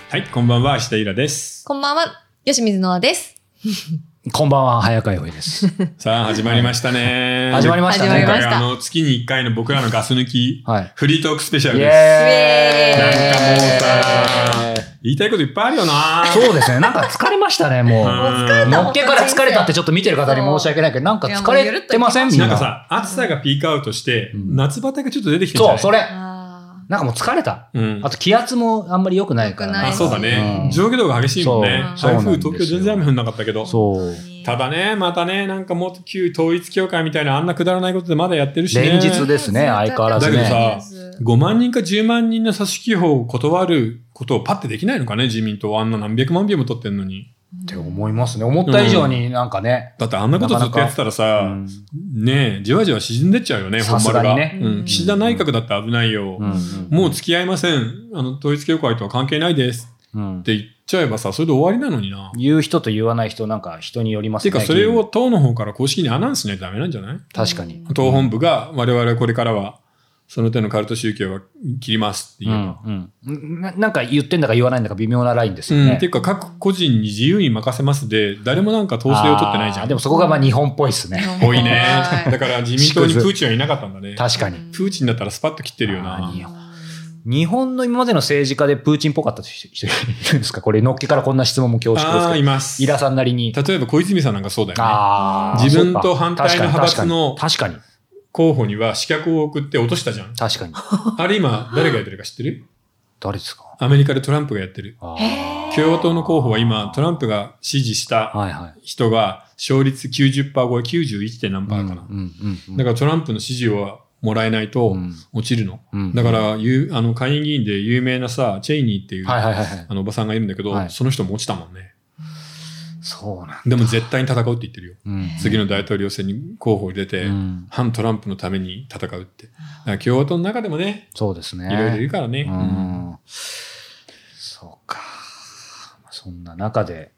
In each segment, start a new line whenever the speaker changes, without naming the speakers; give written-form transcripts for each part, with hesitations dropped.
はい、こんばんは、芦田ゆらです。
こんばんは、吉水のあです。
こんばんは、早川洋平です。
さあ、始まりましたね。
始まりましたね。
今回月に1回の僕らのガス抜き、はい、フリートークスペシャルです。
なん
かもうさ、言いたいこといっぱいあるよな。
そうですね。なんか疲れましたね、もう。のっけから疲れたってちょっと見てる方に申し訳ないけど、なんか疲れてませんみんな。
なんかさ、暑さがピークアウトして、夏バテがちょっと出てきてるじゃない。
そう、それ。なんかもう疲れた。あと気圧もあんまり良くないから。
あ、そうだね。上下動が激しいもんね。台風、東京全然雨降んなかったけど。
そう。
ただね、またね、なんかもっと旧統一教会みたいなあんなくだらないことでまだやってるしね。
連日ですね、相変わらずね。
だけどさ、5万人か10万人の組織法を断ることをパッてできないのかね、自民党はあんな何百万票も取ってんのに。
って思いますね。思った以上になんかね。
だってあんなことずっとやってたらさ、ねえ、じわじわ沈んでっちゃうよね、本丸が。岸田内閣だって危ないよ。もう付き合いません。統一教会とは関係ないです。って言っちゃえばさ、それで終わりなのにな。
言う人と言わない人なんか人によりますね。
てかそれを党の方から公式にアナウンスしないとダメなんじゃない？
確かに。
党本部が我々これからはその手のカルト宗教は切りますって言え
ば。なんか言ってんだか言わないんだか微妙なラインですよね。
っていうか各個人に自由に任せますで、誰もなんか統制を取ってないじゃん。
でもそこがまあ日本っぽいっすね。
ぽいね。だから自民党にプーチンはいなかったんだね。
確かに。
プーチンだったらスパッと切ってるよな。
日本の今までの政治家でプーチンっぽかった人いるんですか？これのっけからこんな質問も恐縮ですけど。
います。
イラさんなりに。
例えば小泉さんなんかそうだよね。自分と反対の派閥の候補には刺客を送って落としたじゃん。
確かに。
あれ今誰がやってるか知ってる？
誰ですか？
アメリカでトランプがやってる。共和党の候補は今トランプが支持した人が勝率 90% 超え 91. 点何パーかな。だからトランプの支持をもらえないと落ちるの。だから下院議員で有名なさ、チェイニーっていうおばさんがいるんだけど、その人も落ちたもんね。
そうなんだ。
でも絶対に戦うって言ってるよ。次の大統領選に候補に出て、反トランプのために戦うって。だから共和党の中でもね、
そうですね。
いろいろいるからね。
そうか。そんな中で、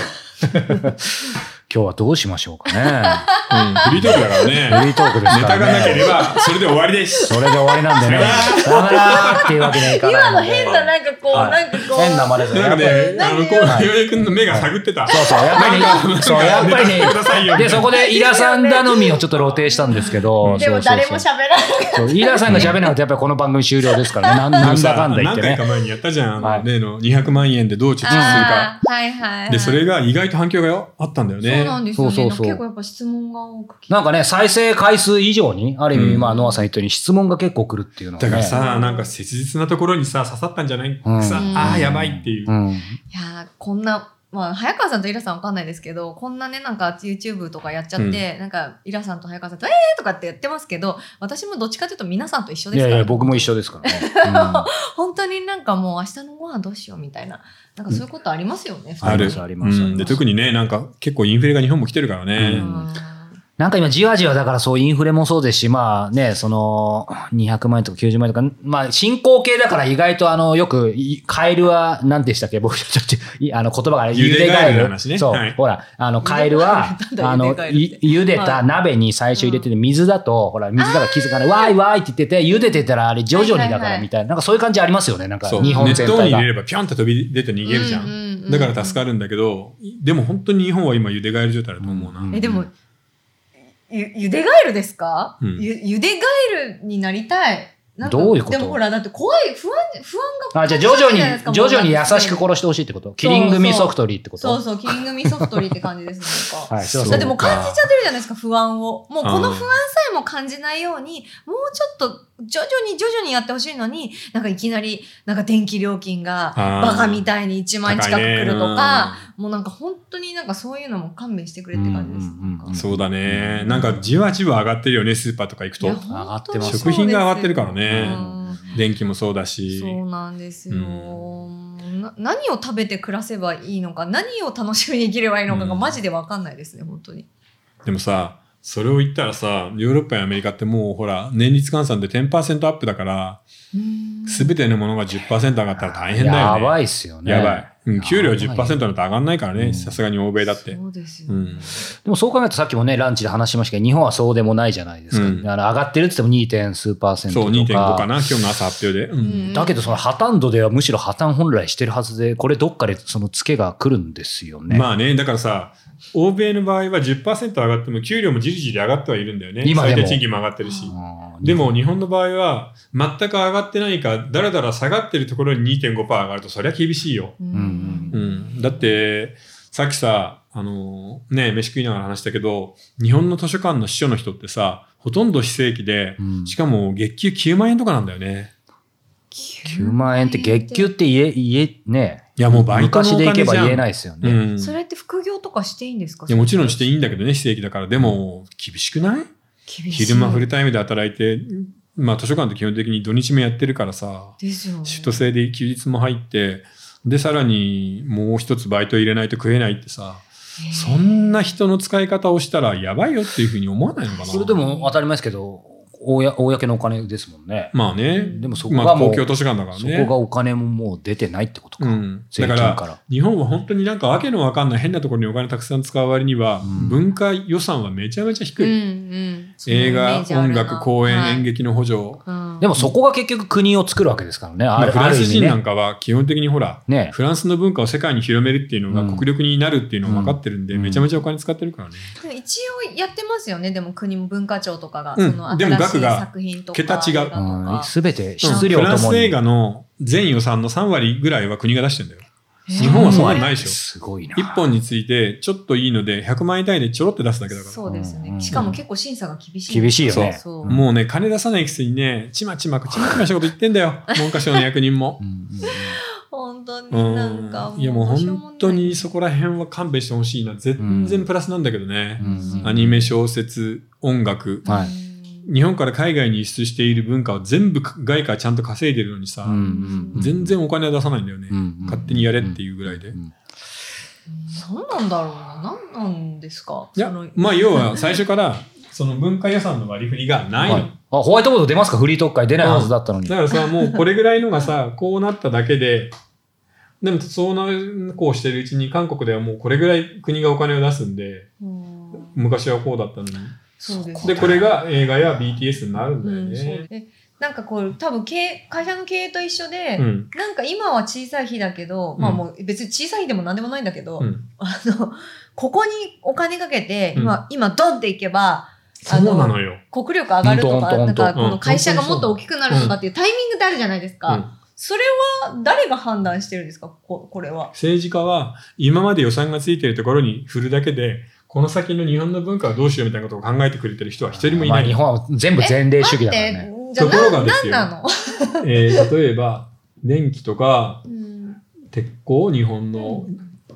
今日はどうしましょうかね。
フリートークだからね。
フリートークですからね。
ネタがなければ、それで終わりです。
それで終わりなんでね。さよならっていうわけにはいかない
ので。今の変な、なんかこう、
変な真似ですね。
なんかね、洋平くんの目が探ってた。
そうそう、やっぱりね、で、そこでイラさん頼みをちょっと露呈したんですけど。
でも誰も喋らない。
イラさんが喋らないとやっぱりこの番組終了ですからね。なんだかんだ言ってね。
何回か前にやったじゃん。例の200万円でどう貯蓄するか。で、それが意外と反響があったんだよね。
そうなんですよね。結構やっぱ質問が多く
なんかね、再生回数以上に、ある意味、ノアさん言ったように質問が結構来るっていうのがね。
だからさ、なんか切実なところにさ、刺さったんじゃないさ、やばいっていう。
いやこんな、早川さんとイラさんわかんないですけど、こんなね、なんか YouTube とかやっちゃって、なんかイラさんと早川さんと、とかってやってますけど、私もどっちかというと皆さんと一緒ですから。
いや、僕も一緒ですからね。
本当になんかもう明日のご飯どうしようみたいな。なんかそういうことありますよね。
あります。で、特にね、なんか結構インフレが日本も来てるからね。
なんか今じわじわだからそうインフレもそうですし、その200万円とか90万円とか、進行形だから意外とよく、カエルは何でしたっけ？僕ちょっと、言葉が
茹でガエルの話ね。
そう。ほら、カエルは、茹でた鍋に最初入れてて、水だと、ほら、水だから気づかない。わーいわーいって言ってて、茹でてたらあれ徐々にだからみたいな。なんかそういう感じありますよね。なんか日本全体が。
熱湯に入れればピョンって飛び出て逃げるじゃん。だから助かるんだけど、でも本当に日本は今茹でガエル状態だと思うな。
でも、ゆでガエルですか？ゆでガエルになりたい。
どういうこと？
でもほら、だって怖い、不安が。
じゃあ徐々に優しく殺してほしいってこと？キリングミソフトリーってこと？
そう、キリングミソフトリーって感じですね。
はい、
だってもう感じちゃってるじゃないですか、不安を。もうこの不安さえも感じないように、もうちょっと徐々にやってほしいのに、なんかいきなり、なんか電気料金がバカみたいに1万円近く来るとか、もうなんか本当になんかそういうのも勘弁してくれって感じです。
そうだね。なんかじわじわ上がってるよね、スーパーとか行くと。
上がってます。
食品が上がってるからね。電気もそうだし。
そうなんですよ。何を食べて暮らせばいいのか、何を楽しみに生きればいいのかがマジで分かんないですね、本当に。
でもさ、それを言ったらさ、ヨーロッパやアメリカってもうほら、年率換算で 10% アップだから、すべてのものが 10% 上がったら大変だよね。
やばいっすよね。
やばい。 給料 10% なんて上がんないからね、さすがに欧米だって。
そうですよ、
でもそう考えるとさっきもね、ランチで話しましたけど、日本はそうでもないじゃないですか。上がってるって言っても 2. 数%とか。
そう、2.5 かな、今日の朝発表で。
だけどその破綻度ではむしろ破綻本来してるはずで、これどっかでそのツケが来るんですよね。
まあね、だからさ、欧米の場合は 10% 上がっても給料もじりじり上がってはいるんだよね。今でも最低賃金も上がってるし。でも日本の場合は全く上がってないか、だらだら下がってるところに 2.5% 上がるとそりゃ厳しいよ。だって、さっきさ、飯食いながら話したけど、日本の図書館の司書の人ってさ、ほとんど非正規で、しかも月給9万円とかなんだよね。
9万円って月給ってね。
いやもうバイトのお金じゃん。昔
で行けば言えないですよね。
それって副業とかしていいんですか？
いやもちろんしていいんだけどね、非正規だから。でも、厳しくない？昼間フルタイムで働いて、まあ図書館って基本的に土日もやってるからさ、
ですよね、
シフト制で休日も入って、で、さらにもう一つバイト入れないと食えないってさ、そんな人の使い方をしたらやばいよっていうふうに思わないのかな。
それでも当たり前ですけど、公のお金ですもんね。
まあね。
でもそこがもう、
公共図書館だからね。
そこがお金ももう出てないってことか。
だから、日本は本当になんかわけのわかんない変なところにお金たくさん使う割には、文化予算はめちゃめちゃ低い。映画、音楽、公演、演劇の補助。
でもそこが結局国を作るわけですからね。
フランス人なんかは基本的にほら、フランスの文化を世界に広めるっていうのが国力になるっていうのを分かってるんで、めちゃめちゃお金使ってるからね。
一応やってますよね。でも国も文化庁とかが、その新しい作品とか。
桁違う。
すべて質量ともに。
フランス映画の全予算の3割ぐらいは国が出してるんだよ。日本はそんなにないでしょ。
すごいな。
1本についてちょっといいので100万円単位でちょろって出すだけだから。
そうですね。しかも結構審査が厳しい。
厳しいよね。
もうね、金出さないくせにね、ちまちましたこと言ってんだよ。文科省の役人も。
本当になんか
いやもう本当にそこら辺は勘弁してほしいな。全然プラスなんだけどね。アニメ、小説、音楽。日本から海外に輸出している文化を全部外貨ちゃんと稼いでるのにさ、全然お金は出さないんだよね。勝手にやれっていうぐらいで。
そうなんだろうな。何なんですか？
いや、まあ要は最初からその文化予算の割り振りがないの。
ホワイトボード出ますか？フリー特会出ないはずだったのに。
だからさ、もうこれぐらいのがさ、こうなっただけで、でもこうしてるうちに韓国ではもうこれぐらい国がお金を出すんで、昔はこうだったのに。
そうです。
で、これが映画や BTS になるんだよね。
なんかこう、多分会社の経営と一緒で、なんか今は小さい日だけど、まあもう別に小さい日でも何でもないんだけど、ここにお金かけて、今ドンっていけば、
そうなのよ。
国力上がるとか、なんかこの会社がもっと大きくなるとかっていうタイミングってあるじゃないですか。それは誰が判断してるんですか？これは。
政治家は今まで予算がついているところに振るだけで、この先の日本の文化はどうしようみたいなことを考えてくれてる人は一人もいない。
日本は全部前例主義だからね。
ところがですよ。何なの？例えば、電気とか、鉄鋼、日本の、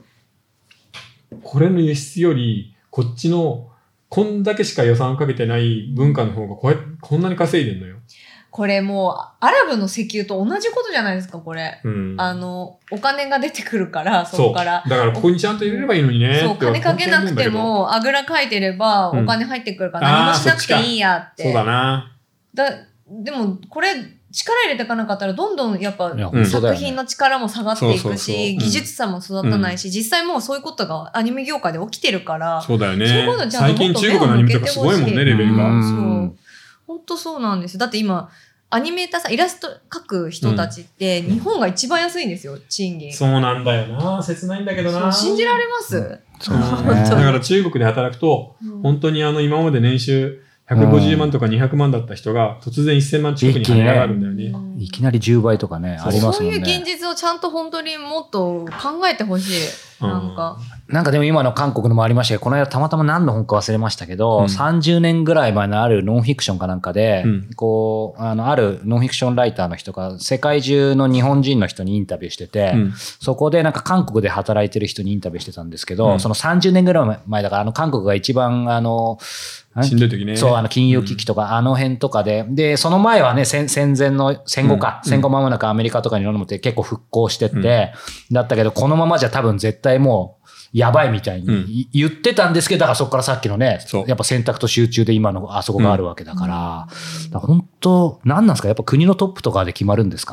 これの輸出より、こっちの、こんだけしか予算をかけてない文化の方がこんなに稼いでんのよ。
これもう、アラブの石油と同じことじゃないですか、これ。お金が出てくるから、そこから。
だからここにちゃんと入れればいいのにね。
そう、金かけなくても、あぐらかいてれば、お金入ってくるから何もしなくていいやって。
そうだな。
でも、これ、力入れていかなかったら、どんどんやっぱ、作品の力も下がっていくし、技術さも育たないし、実際もうそういうことがアニメ業界で起きてるから、
そうだよね。最近中国のアニメとかすごいもんね、レベルが。
そう。本当そうなんです。だって今、アニメーターさん、イラスト描く人たちって、日本が一番安いんですよ、賃金。
そうなんだよな。切ないんだけどな。
信じられます？
だから中国で働くと、本当に今まで年収150万とか200万だった人が突然1000万近くに跳ね上がるんだよね。
いきなり10倍とかね、ありますもんね。
そういう現実をちゃんと本当にもっと考えてほしい。
なんかでも今の韓国のもありましたけど、この間たまたま何の本か忘れましたけど、30年ぐらい前のあるノンフィクションかなんかで、あるノンフィクションライターの人が世界中の日本人の人にインタビューしてて、そこでなんか韓国で働いてる人にインタビューしてたんですけど、その30年ぐらい前だから韓国が一番
しんどい時ね。
そう、金融危機とか、あの辺とかで、その前はね、戦後か、戦後間もなくアメリカとかにいろんなもって結構復興してって、だったけど、このままじゃ多分絶対もう、やばいみたいに言ってたんですけど、だからそこからさっきのね、やっぱ選択と集中で今のあそこがあるわけだから、本当、何なんですか？やっぱ国のトップとかで決まるんですかね？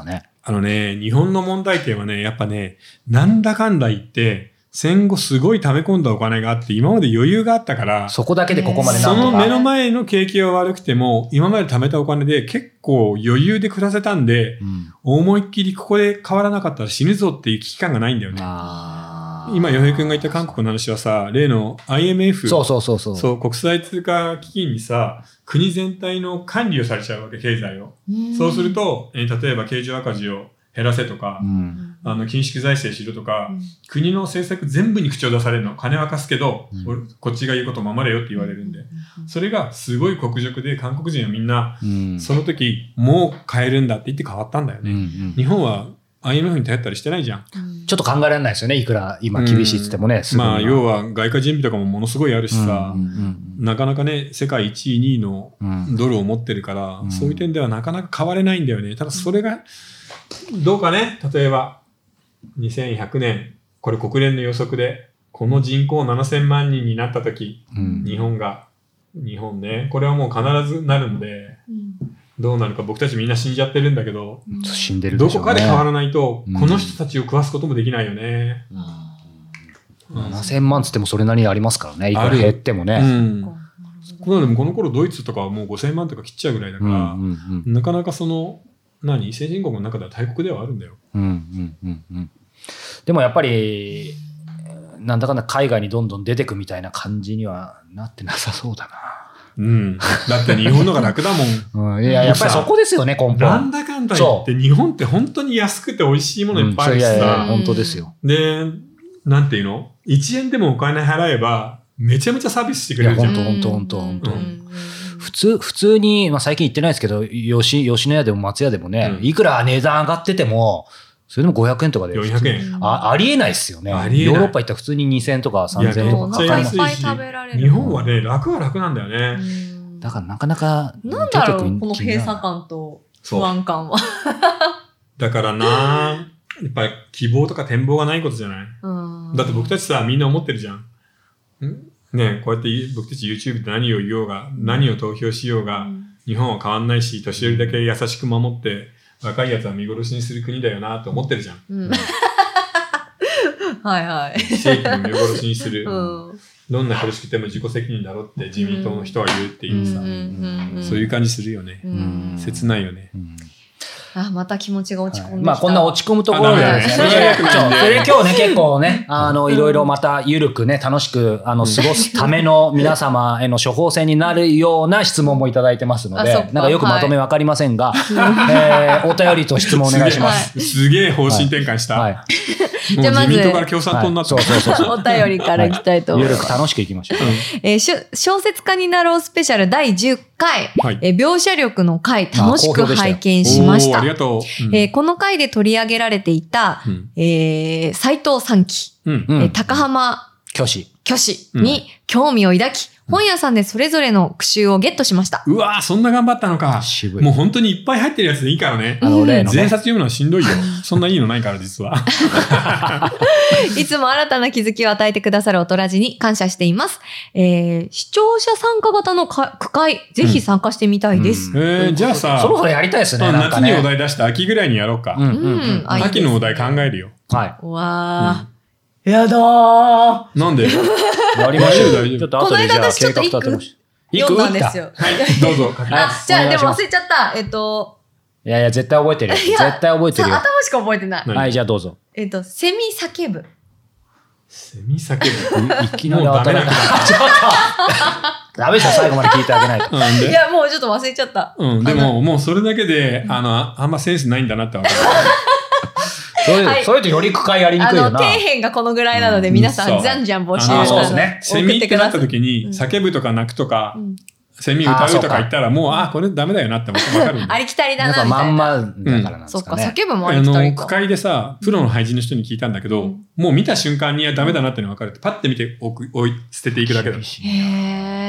日本の問題点はね、やっぱね、なんだかんだ言って、戦後すごい溜め込んだお金があって、今まで余裕があったから、
そこだけでここまで
なんとか。その目の前の景気は悪くても、今まで貯めたお金で結構余裕で暮らせたんで、思いっきりここで変わらなかったら死ぬぞっていう危機感がないんだよね。今、洋平くんが言った韓国の話はさ、例の IMF。そう、国際通貨基金にさ、国全体の管理をされちゃうわけ、経済を。そうすると、例えば経常赤字を減らせとか、緊縮財政しろとか、国の政策全部に口を出されるの。金は貸すけど、こっちが言うことを守れよって言われるんで。それがすごい国辱で、韓国人はみんな、その時、もう変えるんだって言って変わったんだよね。日本は IMF に頼ったりしてないじゃん。
ちょっと考えられないですよね。いくら今厳しいって言ってもね。
まあ、要は外貨準備とかもものすごいあるしさ、なかなかね、世界1位、2位のドルを持ってるから、そういう点ではなかなか変われないんだよね。ただそれが、どうかね、例えば、2100年、これ国連の予測で、この人口7000万人になった時、日本ね、これはもう必ずなるんで、どうなるか僕たちみんな死んじゃってるんだけど、
死んでるでしょうね。
どこかで変わらないと、この人たちを食わすこともできないよね。
7000万つってもそれなりにありますからね。いくら減ってもね。
この頃ドイツとかはもう5000万とか切っちゃうぐらいだから、なかなかその、先進国の中では大国ではあるんだよ。
でもやっぱり、なんだかんだ海外にどんどん出てくみたいな感じにはなってなさそうだな。
だって日本のが楽だも
ん。やっぱりそこですよね、根本。
なんだかんだ言って日本って本当に安くて美味しいものいっぱいあるしさ。
本当ですよ。
で、なんていうの ?1 円でもお金払えば、めちゃめちゃサービスしてくれるじゃん。
本当。普通に、最近行ってないですけど、吉野家でも松屋でもね、いくら値段上がってても、それでも500円とかで。
400円。
ありえないですよね。ヨーロッパ行ったら普通に2000円とか3000円とかかかりますし。
日本はね、楽は楽なんだよね。
だからなかなか。
なんだろう、この閉鎖感と不安感は。
だからな、やっぱり希望とか展望がないことじゃない。だって僕たちさ、みんな思ってるじゃん。ね、こうやって僕たち YouTube で何を言おうが、何を投票しようが、日本は変わんないし、年寄りだけ優しく守って、若いやつは見殺しにする国だよなと思ってるじゃん。
はいはい。
正義の見殺しにする。どんな苦しくても自己責任だろって自民党の人は言うっていうさ、そういう感じするよね。切ないよね。
また気持ちが落ち込んできた。
こんな落ち込むところでですね。それ今日ね、結構ね、いろいろまたゆるくね、楽しく、過ごすための皆様への処方箋になるような質問もいただいてますので、なんかよくまとめわかりませんが、お便りと質問お願いします。
すげえ方針転換した。じゃあまず、自民党から共産党になった。
お便りからいきたいと思います。
ゆるく楽しくいきましょう。
小説家になろうスペシャル第10回、描写力の回、楽しく拝見しました。
ありがと
う。この回で取り上げられていた、斉藤三喜、高浜虚子に興味を抱き、本屋さんでそれぞれの句集をゲットしました。
うわぁ、そんな頑張ったのか。渋い。もう本当にいっぱい入ってるやつでいいからね。全冊読むのはしんどいよ。そんないいのないから、実は。
いつも新たな気づきを与えてくださるおとらじに感謝しています。視聴者参加型の句会、ぜひ参加してみたいです。
じゃあさ、
そろそろやりたいですね。
夏にお題出して秋ぐらいにやろうか。秋のお題考えるよ。
はい。
わー。やだー。
なんで
やりましょう。ちょっと後でじゃあ計画立てまし
ょう。読んだんですよ。
はい、どうぞ。
じゃあでも忘れちゃった。
いや、絶対覚えてるよ。絶対覚えてるよ。
頭しか覚えてない。
はい、じゃあどうぞ。
セミ叫ぶ。
セミ叫ぶ。
いきなり当たらなかった。ダメでしょ、最後まで聞いてあげないと。
いや、もうちょっと忘れちゃった。
でも、もうそれだけで、あんまセンスないんだなってわかる。
そういうとより句会やりにくいよな。
底辺がこのぐらいなので、皆さんじゃんじゃん募集
そうですね。
セミってなった時に、叫ぶとか泣くとか、セミ歌うとか言ったら、もう、これダメだよなってわかる。
ありきたりだなみたいな。
まんまだからなんですかね。
そっか、叫ぶもありきたりか。
句会でさ、プロの俳人の人に聞いたんだけど、もう見た瞬間にダメだなっての分かるって、パッて見て捨てていくだけだ。
へー。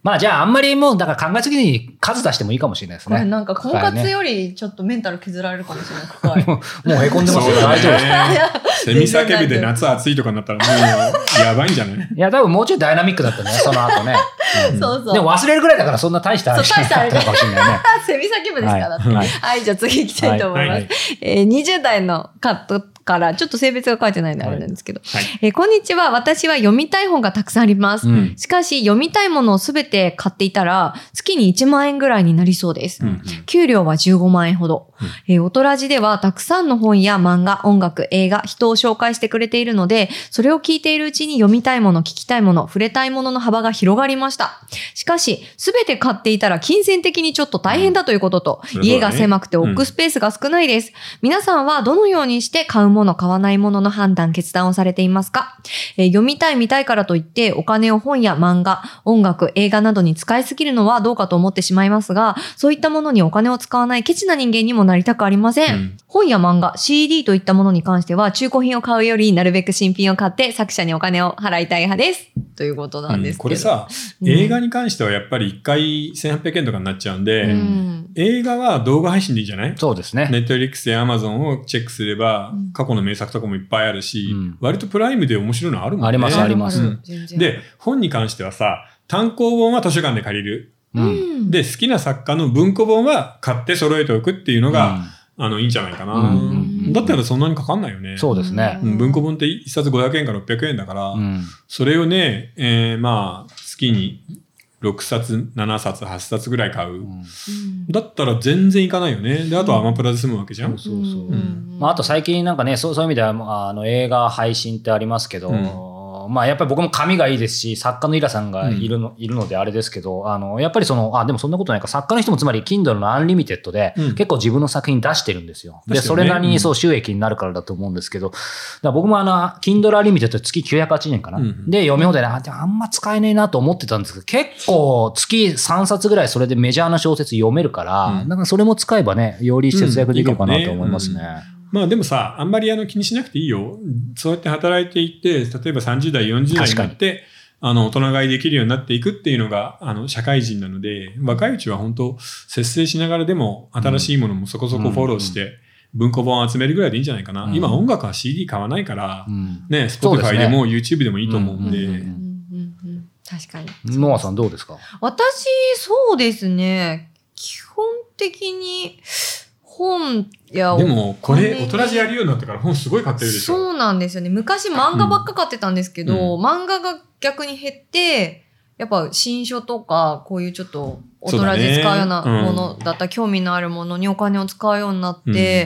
まあじゃああんまりもうだから考えすぎに数出してもいいかもしれないですね。
これなんか婚活よりちょっとメンタル削られるかもしれない。
もうへこんでますよ。
大丈夫セミ叫びで夏暑いとかになったらもうやばいんじゃない？
いや多分もうちょいダイナミックだったね、その後ね。
そうそう。
でも忘れるぐらいだからそんな大したあれしなかったかもしれないね。
セミ叫ぶですから。はい、じゃあ次行きたいと思います。20代のカットからちょっと性別が書いてないのであれなんですけど、こんにちは。私は読みたい本がたくさんあります。しかし読みたいものをすべて買っていたら月に1万円ぐらいになりそうです。給料は15万円ほど。オトラジではたくさんの本や漫画、音楽、映画、人を紹介してくれているので、それを聞いているうちに読みたいもの、聞きたいもの、触れたいものの幅が広がりました。しかし、すべて買っていたら金銭的にちょっと大変だということと、家が狭くて置くスペースが少ないです。皆さんはどのようにして買うもの、買わないものの判断、決断をされていますか？読みたい、見たいからといって、お金を本や漫画、音楽、映画などに使いすぎるのはどうかと思ってしまいますが、そういったものにお金を使わないケチな人間にもなりたくありません。本や漫画、CD といったものに関しては、中古品を買うよりなるべく新品を買って作者にお金を払いたい派です。ということなんですけど。
これさ、映画に関してはやっぱり1回1800円とかになっちゃうんで、映画は動画配信でいいじゃない？そうですね。Netflix や Amazon をチェックすれば、過去の名作とかもいっぱいあるし、割とプライムで面白いのあるもんね。
あります、あります。
で、本に関してはさ、単行本は図書館で借りる。で、好きな作家の文庫本は買って揃えておくっていうのが、いいんじゃないかな。だったらそんなにかかんないよね。
そうですね。
文庫本って1冊500円から600円だから、それをね、まあ、月に6冊、7冊、8冊ぐらい買う。だったら全然いかないよね。で、あとはアマプラで済むわけじゃん。
まあ、あと最近なんかね、そういう意味では、映画配信ってありますけど、まあやっぱり僕も紙がいいですし、作家のイラさんがいるのであれですけど、やっぱりでもそんなことないか、作家の人もつまり Kindle のアンリミテッドで結構自分の作品出してるんですよ。で、それなりにそう収益になるからだと思うんですけど、だから僕もKindle アンリミテッド月980円かな。で、読み放題で、あんま使えねえなと思ってたんですけど、結構月3冊ぐらいそれでメジャーな小説読めるから、なんかそれも使えばね、より節約できるかなと思いますね。
まあでもさ、あんまり気にしなくていいよ。そうやって働いていって、例えば30代、40代になって、大人買いできるようになっていくっていうのが、社会人なので、若いうちは本当節制しながらでも、新しいものもそこそこフォローして、文庫本を集めるぐらいでいいんじゃないかな。今音楽は CD 買わないから、ね、Spotify でも YouTube でもいいと思うんで。
確かに。
ノアさんどうですか？
私、そうですね。基本的に、本や
でもこれ大人じやるようになってから本すごい買ってるでしょ。
そうなんですよね。昔漫画ばっか買ってたんですけど、漫画が逆に減ってやっぱ新書とかこういうちょっと大人で使うようなものだったら興味のあるものにお金を使うようになって、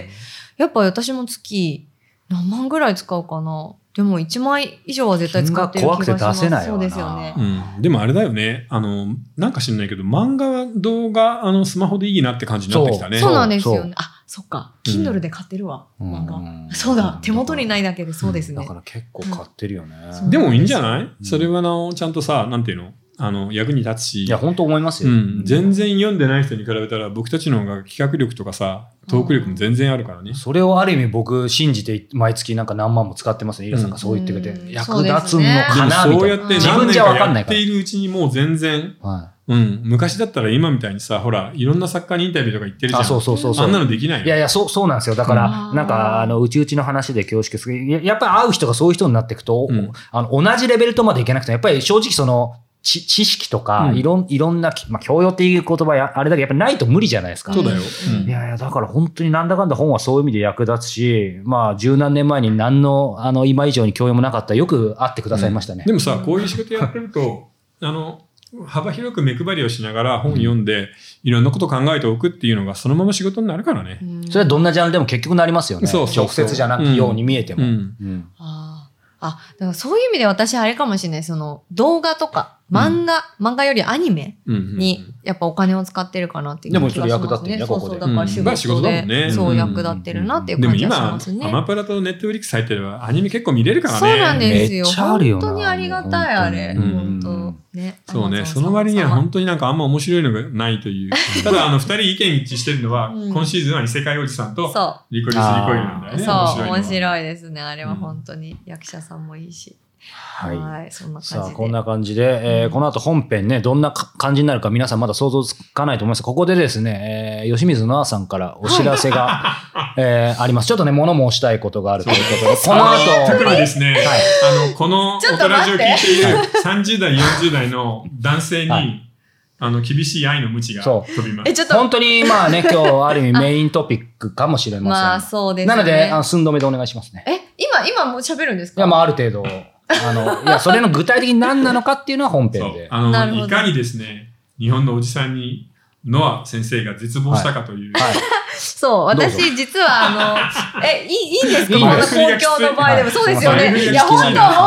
やっぱ私も月何万ぐらい使うかな。でも1万以上は絶対使ってる気がします。
怖くて出せないよな。
そうですよね。
でもあれだよね。なんか知んないけど、漫画は動画、スマホでいいなって感じになってきたね。
そうなんですよね。あ、そっか。Kindle で買ってるわ、漫画。そうだ。手元にないだけでそうですね。
だから結構買ってるよね。
でもいいんじゃない？それはちゃんとさ、なんていうの？役に立つし。
いや、本当思いますよ。
全然読んでない人に比べたら、僕たちの方が企画力とかさ、トーク力も全然あるからね。
それをある意味僕信じて毎月なんか何万も使ってますね。イラさんがそう言ってくれて。役立つのかなみたいな。
そうやって何年かやっているうちにもう全然、昔だったら今みたいにさ、ほら、いろんな作家にインタビューとか言ってるじゃん。あんなのできないよ。
いやいや、そうなんですよ。だから、なんか、うちの話で恐縮する。やっぱり会う人がそういう人になっていくと、同じレベルとまでいけなくても、やっぱり正直知識とか、いろんな、教養っていう言葉あれだけやっぱないと無理じゃないですか。
そうだよ。
いやいや、だから本当になんだかんだ本はそういう意味で役立つし、十何年前に何の、今以上に教養もなかったらよく会ってくださいましたね。
でもさ、こういう仕事やってると、幅広く目配りをしながら本読んで、いろんなこと考えておくっていうのがそのまま仕事になるからね。
それはどんなジャンルでも結局なりますよね。直接じゃなくように見えても。
だからそういう意味で私あれかもしれない。動画とか漫画よりアニメにやっぱお金を使ってるかなっていう気がしますね。
でもそれ役立ってるね、ここで。
だから仕事でそう役立ってるなっていう感じがしますね。
でも今、アマプラとネットフリックス入ってればアニメ結構見れるからね。
そうなんですよ。
めっちゃあるよな。
本当にありがたい、あれ。本当ね。
そうね。その割には本当になんかあんま面白いのがないという。ただ、二人意見一致してるのは、今シーズンは異世界おじさんとリコリス・リコイルなんだよね。
そう、面白いですね。あれは本当に役者さんもいいし。
はい。
そんな感じで。
さあ、こんな感じで、この後本編ね、どんな感じになるか皆さんまだ想像つかないと思います。ここでですね、吉水のあさんからお知らせが、あります。ちょっとね、物申したいことがあるということで、この後。
特にですね、このオトラジオを聞いている30代、40代の男性に、厳しい愛の鞭が飛びます。
本当に、まあね、今日ある意味メイントピックかもしれません。
まあ、そうですね。
なので、寸止めでお願いしますね。
今もう喋るんですか？
いや、まあ、ある程度。いや、それの具体的に何なのかっていうのは本編で。
いかにですね、日本のおじさんに、ノア先生が絶望したかという。
そう、私実はいいんですか？こんな公共の場合でも。そうですよね。いや、本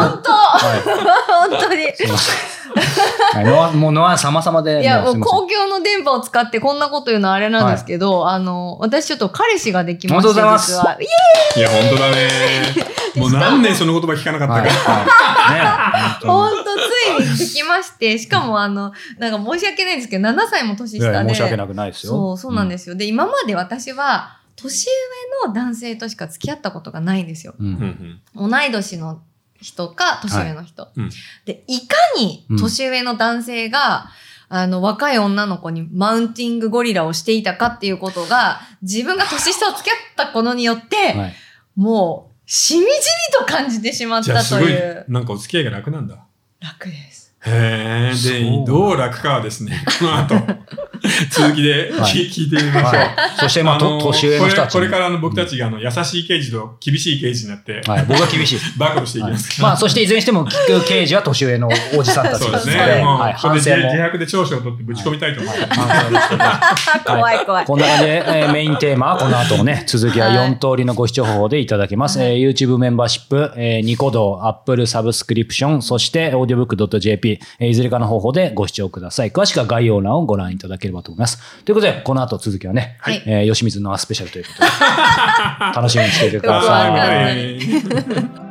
当に。
もうノア様々で。
いや、もう公共の電波を使ってこんなこと言うのはあれなんですけど、私ちょっと彼氏ができまして、実は。
いや、本当だね。もう何年その言葉聞かなかったか。
本当ついにできまして、しかもなんか申し訳ないんですけど、7歳も年下で。
申し訳なくないですよ。
そうなんですよ。で、今まで私は、年上の男性としか付き合ったことがないんですよ。同い年の人か、年上の人。で、いかに年上の男性が、若い女の子にマウンティングゴリラをしていたかっていうことが、自分が年下を付き合ったことによって、もう、しみじみと感じてしまったという。
すごい、なんかお付き合いが楽なんだ。
楽です。
へー。で、どう楽かはですね、この後、続きで聞いてみましょう。
そして、年上の人たち。
これから僕たちが優しい刑事と厳しい刑事になって、
僕は厳しい。
暴露していきます。
まあ、そしていずれにしても、聞く刑事は年上のおじさんたちですので。
そうですね。これで自白で調書を取ってぶち込みたいと思います。
怖い怖い。
こんな感じで、メインテーマはこの後もね、続きは4通りのご視聴方法でいただけます。YouTube メンバーシップ、ニコ動、Apple サブスクリプション、そして audiobook.jp、いずれかの方法でご視聴ください。詳しくは概要欄をご覧いただければと思います。ということで、この後続きはね、吉水のスペシャルということで、楽しみにしていてください。